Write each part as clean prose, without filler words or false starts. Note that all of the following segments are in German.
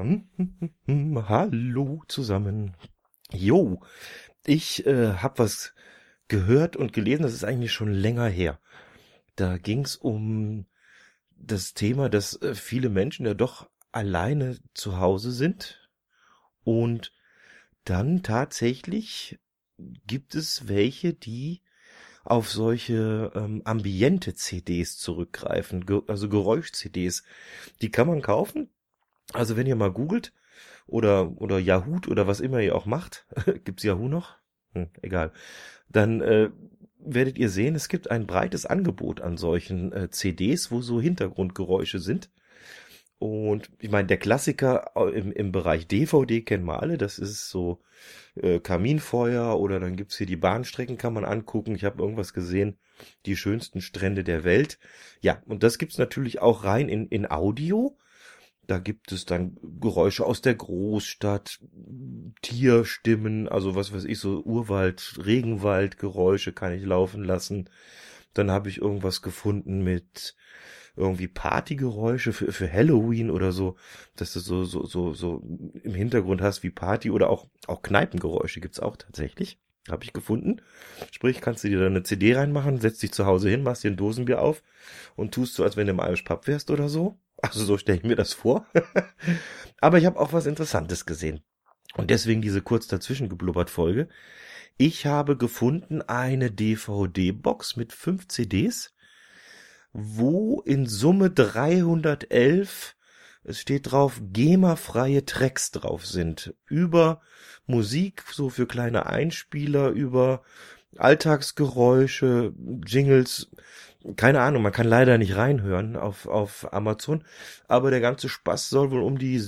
Hallo zusammen. Jo, ich habe was gehört und gelesen, das ist eigentlich schon länger her. Da ging's um das Thema, dass viele Menschen ja doch alleine zu Hause sind und dann tatsächlich gibt es welche, die auf solche Ambiente-CDs zurückgreifen, also Geräusch-CDs. Die kann man kaufen. Also wenn ihr mal googelt oder Yahoo oder was immer ihr auch macht, gibt's Yahoo noch? Egal. Dann werdet ihr sehen, es gibt ein breites Angebot an solchen CDs, wo so Hintergrundgeräusche sind. Und ich meine, der Klassiker im Bereich DVD kennen wir alle, das ist so Kaminfeuer oder dann gibt's hier die Bahnstrecken, kann man angucken. Ich habe irgendwas gesehen, die schönsten Strände der Welt. Ja, und das gibt's natürlich auch rein in Audio. Da gibt es dann Geräusche aus der Großstadt, Tierstimmen, also was weiß ich, so Urwald, Regenwaldgeräusche kann ich laufen lassen. Dann habe ich irgendwas gefunden mit irgendwie Partygeräusche für Halloween oder so, dass du so im Hintergrund hast wie Party oder auch Kneipengeräusche gibt's auch tatsächlich. Habe ich gefunden. Sprich, kannst du dir da eine CD reinmachen, setzt dich zu Hause hin, machst dir ein Dosenbier auf und tust so, als wenn du im Irish Pub wärst oder so. Also so stelle ich mir das vor. Aber ich habe auch was Interessantes gesehen. Und deswegen diese kurz dazwischen geblubbert Folge. Ich habe gefunden eine DVD-Box mit 5 CDs, wo in Summe 311, es steht drauf, GEMA-freie Tracks drauf sind. Über Musik, so für kleine Einspieler, über Alltagsgeräusche, Jingles, keine Ahnung, man kann leider nicht reinhören auf Amazon, aber der ganze Spaß soll wohl um die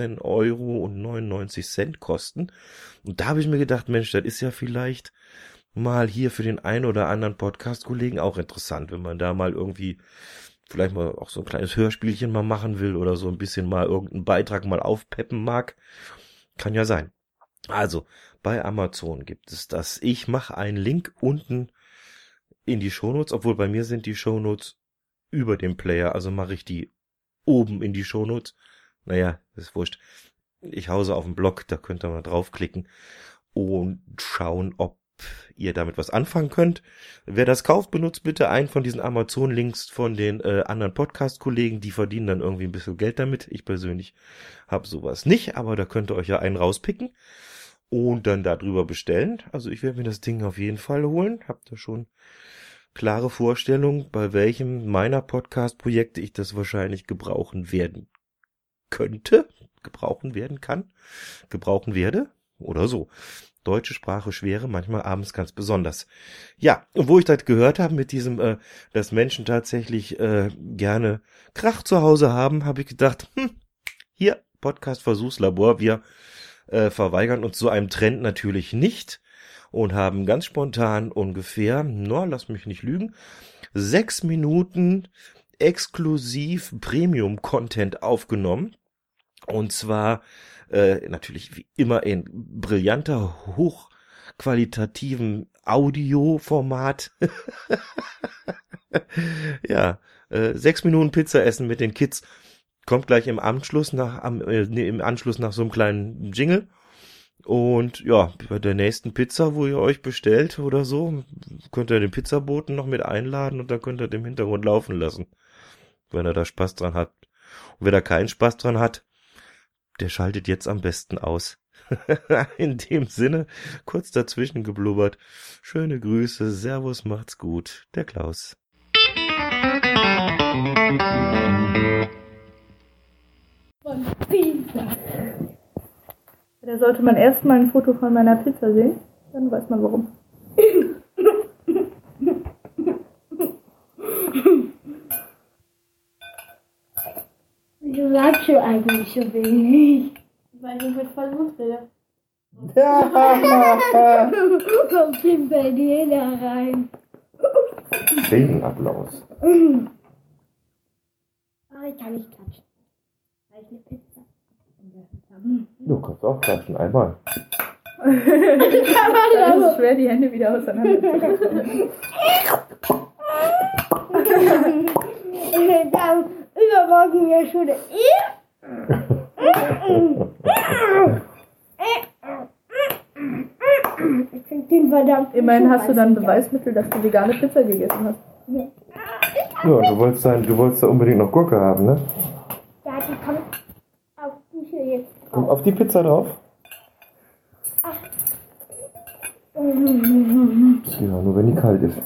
16,99 € kosten. Und da habe ich mir gedacht, Mensch, das ist ja vielleicht mal hier für den einen oder anderen Podcast-Kollegen auch interessant, wenn man da mal irgendwie vielleicht mal auch so ein kleines Hörspielchen mal machen will oder so ein bisschen mal irgendeinen Beitrag mal aufpeppen mag. Kann ja sein. Also, bei Amazon gibt es das. Ich mache einen Link unten in die Shownotes, obwohl bei mir sind die Shownotes über dem Player, also mache ich die oben in die Shownotes. Naja, ist wurscht. Ich hause auf dem Blog, da könnt ihr mal draufklicken und schauen, ob ihr damit was anfangen könnt. Wer das kauft, benutzt bitte einen von diesen Amazon-Links von den anderen Podcast-Kollegen, die verdienen dann irgendwie ein bisschen Geld damit. Ich persönlich habe sowas nicht, aber da könnt ihr euch ja einen rauspicken und dann darüber bestellen. Also ich werde mir das Ding auf jeden Fall holen. Habt ihr schon klare Vorstellung, bei welchem meiner Podcast-Projekte ich das wahrscheinlich gebrauchen werden könnte, gebrauchen werden kann, gebrauchen werde oder so. Deutsche Sprache schwere, manchmal abends ganz besonders. Ja, und wo ich das gehört habe mit diesem, dass Menschen tatsächlich gerne Krach zu Hause haben, habe ich gedacht, hier, Podcast-Versuchslabor, wir verweigern uns so einem Trend natürlich nicht und haben ganz spontan ungefähr, lass mich nicht lügen, 6 Minuten exklusiv Premium-Content aufgenommen. Und zwar natürlich wie immer in brillanter, hochqualitativen Audioformat. Ja, 6 Minuten Pizza essen mit den Kids kommt gleich im Anschluss nach so einem kleinen Jingle. Und ja, bei der nächsten Pizza, wo ihr euch bestellt oder so, könnt ihr den Pizzaboten noch mit einladen und dann könnt ihr den im Hintergrund laufen lassen, wenn er da Spaß dran hat. Und wer da keinen Spaß dran hat, der schaltet jetzt am besten aus. In dem Sinne, kurz dazwischen geblubbert. Schöne Grüße, Servus, macht's gut. Der Klaus. Da sollte man erstmal ein Foto von meiner Pizza sehen, dann weiß man warum. Wieso sagst du eigentlich so wenig? Weil ich mit voll Mut rede. Kommt denn bei dir da rein? Applaus. Aber ich kann nicht klatschen. Weil ich eine Pizza in der Hand habe. Du kannst auch klatschen, einmal. Das ist schwer, die Hände wieder auseinander zu Dann übermorgen in der Schule. Immerhin hast du dann Beweismittel, dass du vegane Pizza gegessen hast. Ja, und du wolltest da unbedingt noch Gurke haben, ne? Ja, die kommt auf die hier jetzt Kommt drauf. auf die Pizza drauf? Ja, nur wenn die kalt ist.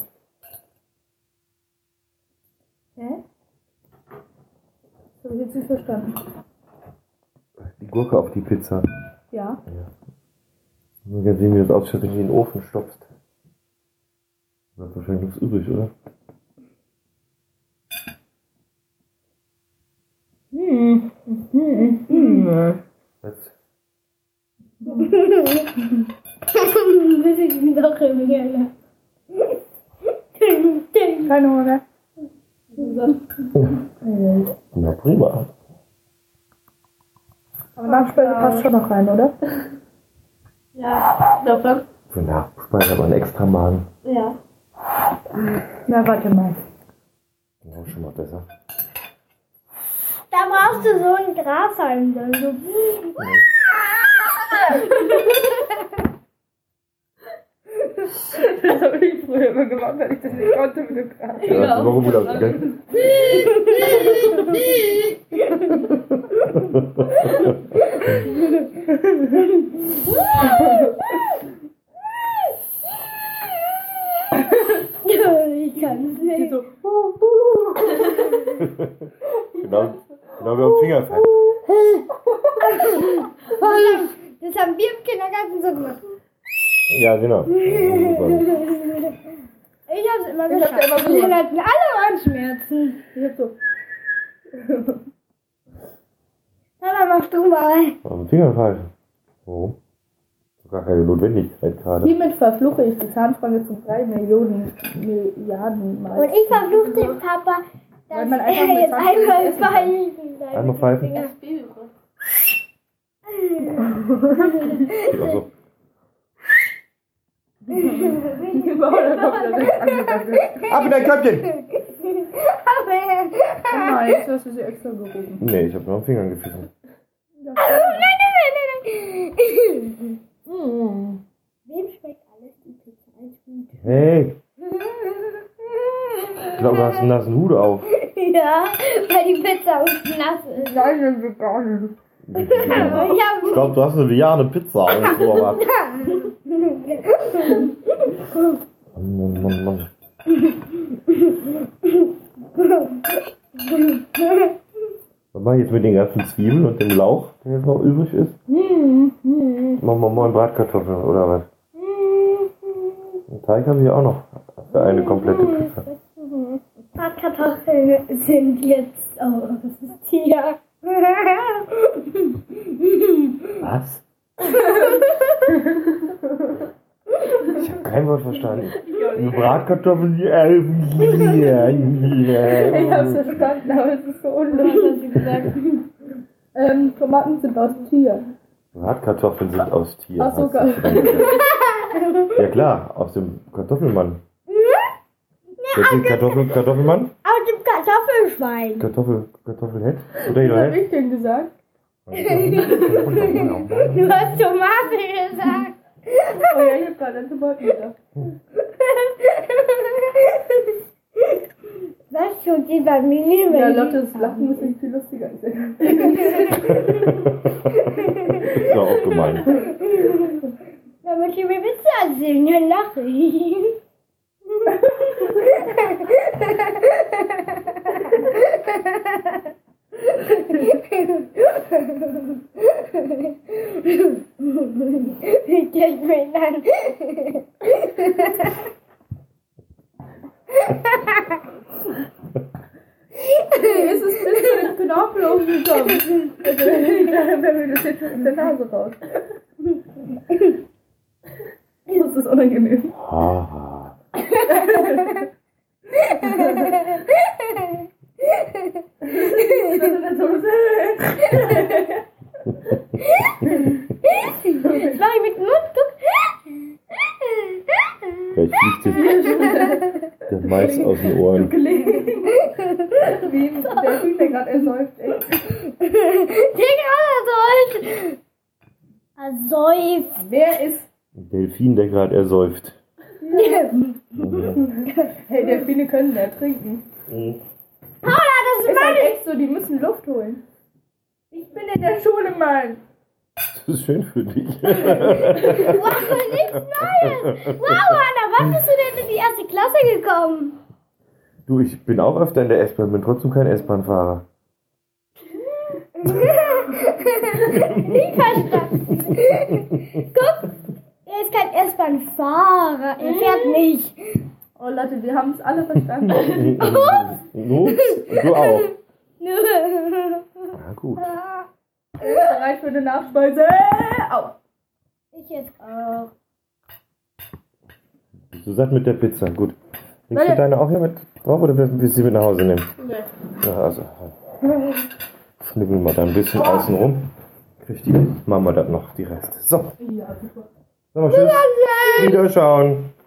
Hä? Das habe ich jetzt nicht verstanden. Die Gurke auf die Pizza. Ja. Nur gerne sehen, wie das ausschaut, wenn du die in den Ofen stopfst. Da ist wahrscheinlich nichts übrig, oder? Was? Bis ich mich doch erinnere. Keine Hunger. Na prima. Aber Nachspeise passt schon noch rein, oder? Ja, davon. Für Nachspeise aber einen extra Magen. Ja. Na, warte mal. Ja, schon mal besser. Da brauchst du so ein Grashalm. Dann so. Das habe ich früher immer gemacht, weil ich das nicht konnte mit dem Gras. Ja, das ist aber gut ausgegangen. Ich kann es nicht. So. Genau wie am Fingerfett. Das haben wir im Kindergarten so gemacht. Ja, genau. Ich hab's immer Ich hab ja immer geschafft. so- Wir hatten alle Ohrenschmerzen. Ich hab so. Aber mach du mal. Am Fingerfett. Warum? Gar keine Notwendigkeit gerade. Hiermit verfluche ich die Zahnfrange zum 3 Milliarden Mal. Und ich verfluchte den Papa, dass Weil man einfach er mit jetzt 20 einmal essen kann. pfeifen. Einmal pfeifen. Also, Genau, da kommt er direkt angegangen. ab in dein Köpfchen! Oh nein, jetzt hast du sie extra gerufen. Nee, ich hab nur am Finger gefissen. Nein. Wem schmeckt alles die Pizza als gut? Hey! Ich glaube, du hast einen nassen Hut auf. Ja, weil die Pizza unten nass ist. Nein, das wird gar nicht. Ich glaube, du hast eine vegane Pizza auf. Oder was? Mann. Was mache ich jetzt mit den ganzen Zwiebeln und dem Lauch, der jetzt noch übrig ist? Machen wir morgen Bratkartoffeln oder was? Den Teig habe ich auch noch für eine komplette Pizza. Bratkartoffeln sind jetzt aus Tier. Was? Ich habe kein Wort verstanden. Bratkartoffeln, Ich hab's verstanden, aber es ist so unlustig, was sie gesagt haben. Tomaten sind aus Tier. Bratkartoffeln sind aus Tier. Ach so, hast du geil. schon gesagt. Ja klar, aus dem Kartoffelmann. Jetzt Kartoffelmann? Aus dem Kartoffelschwein. Kartoffelhead? Was Potato hab Head? ich denn gesagt? Du hast Tomate gesagt. Oh ja, ich hab gerade an Tomaten gedacht. Was tut die Familie? Ja, wenn Lottes sie- Lachen ist nicht viel lustiger als er. Das ist auch gemein. Da möchte ich mir Witze erzählen, dann lache ich. Ich denke mir dann. Es ist bis zu den Knochen gekommen. Wenn wir das jetzt aus der Nase raus. Das ist unangenehm. Haha. Das mache ich mit dem Mund, guck. Vielleicht fliegt jetzt der Mais aus den Ohren. Wie der Typ, der gerade ersäuft, ey. Digga, ersäuft. Wer ist? Ein Delfin, der gerade ersäuft. Hey, Delfine können mehr trinken. Paula, das Ist ist halt meine... echt so, die müssen Luft holen. Ich bin in der Schule, Mann. Das ist schön für dich. Wow, nichts Neues. Wow, Hanna, wann bist du denn in die erste Klasse gekommen? Du, ich bin auch öfter in der S-Bahn, bin trotzdem kein S-Bahn-Fahrer. Nicht verstanden. Guck, er ist kein S-Bahn-Fahrer. Er fährt nicht. Oh Leute, wir haben es alle verstanden. Ups, du auch. Na gut. Bereit für eine Nachspeise. Au. Ich jetzt auch. Bist du satt mit der Pizza? Gut. Nimmst du deine auch hier mit drauf oder willst du sie mit nach Hause nehmen? Nee. Ja, also. Schnibbeln wir da ein bisschen außen rum. Kriegt die Mama dann noch die Reste. So. Ja, super. Sag mal tschüss. Wiederschauen.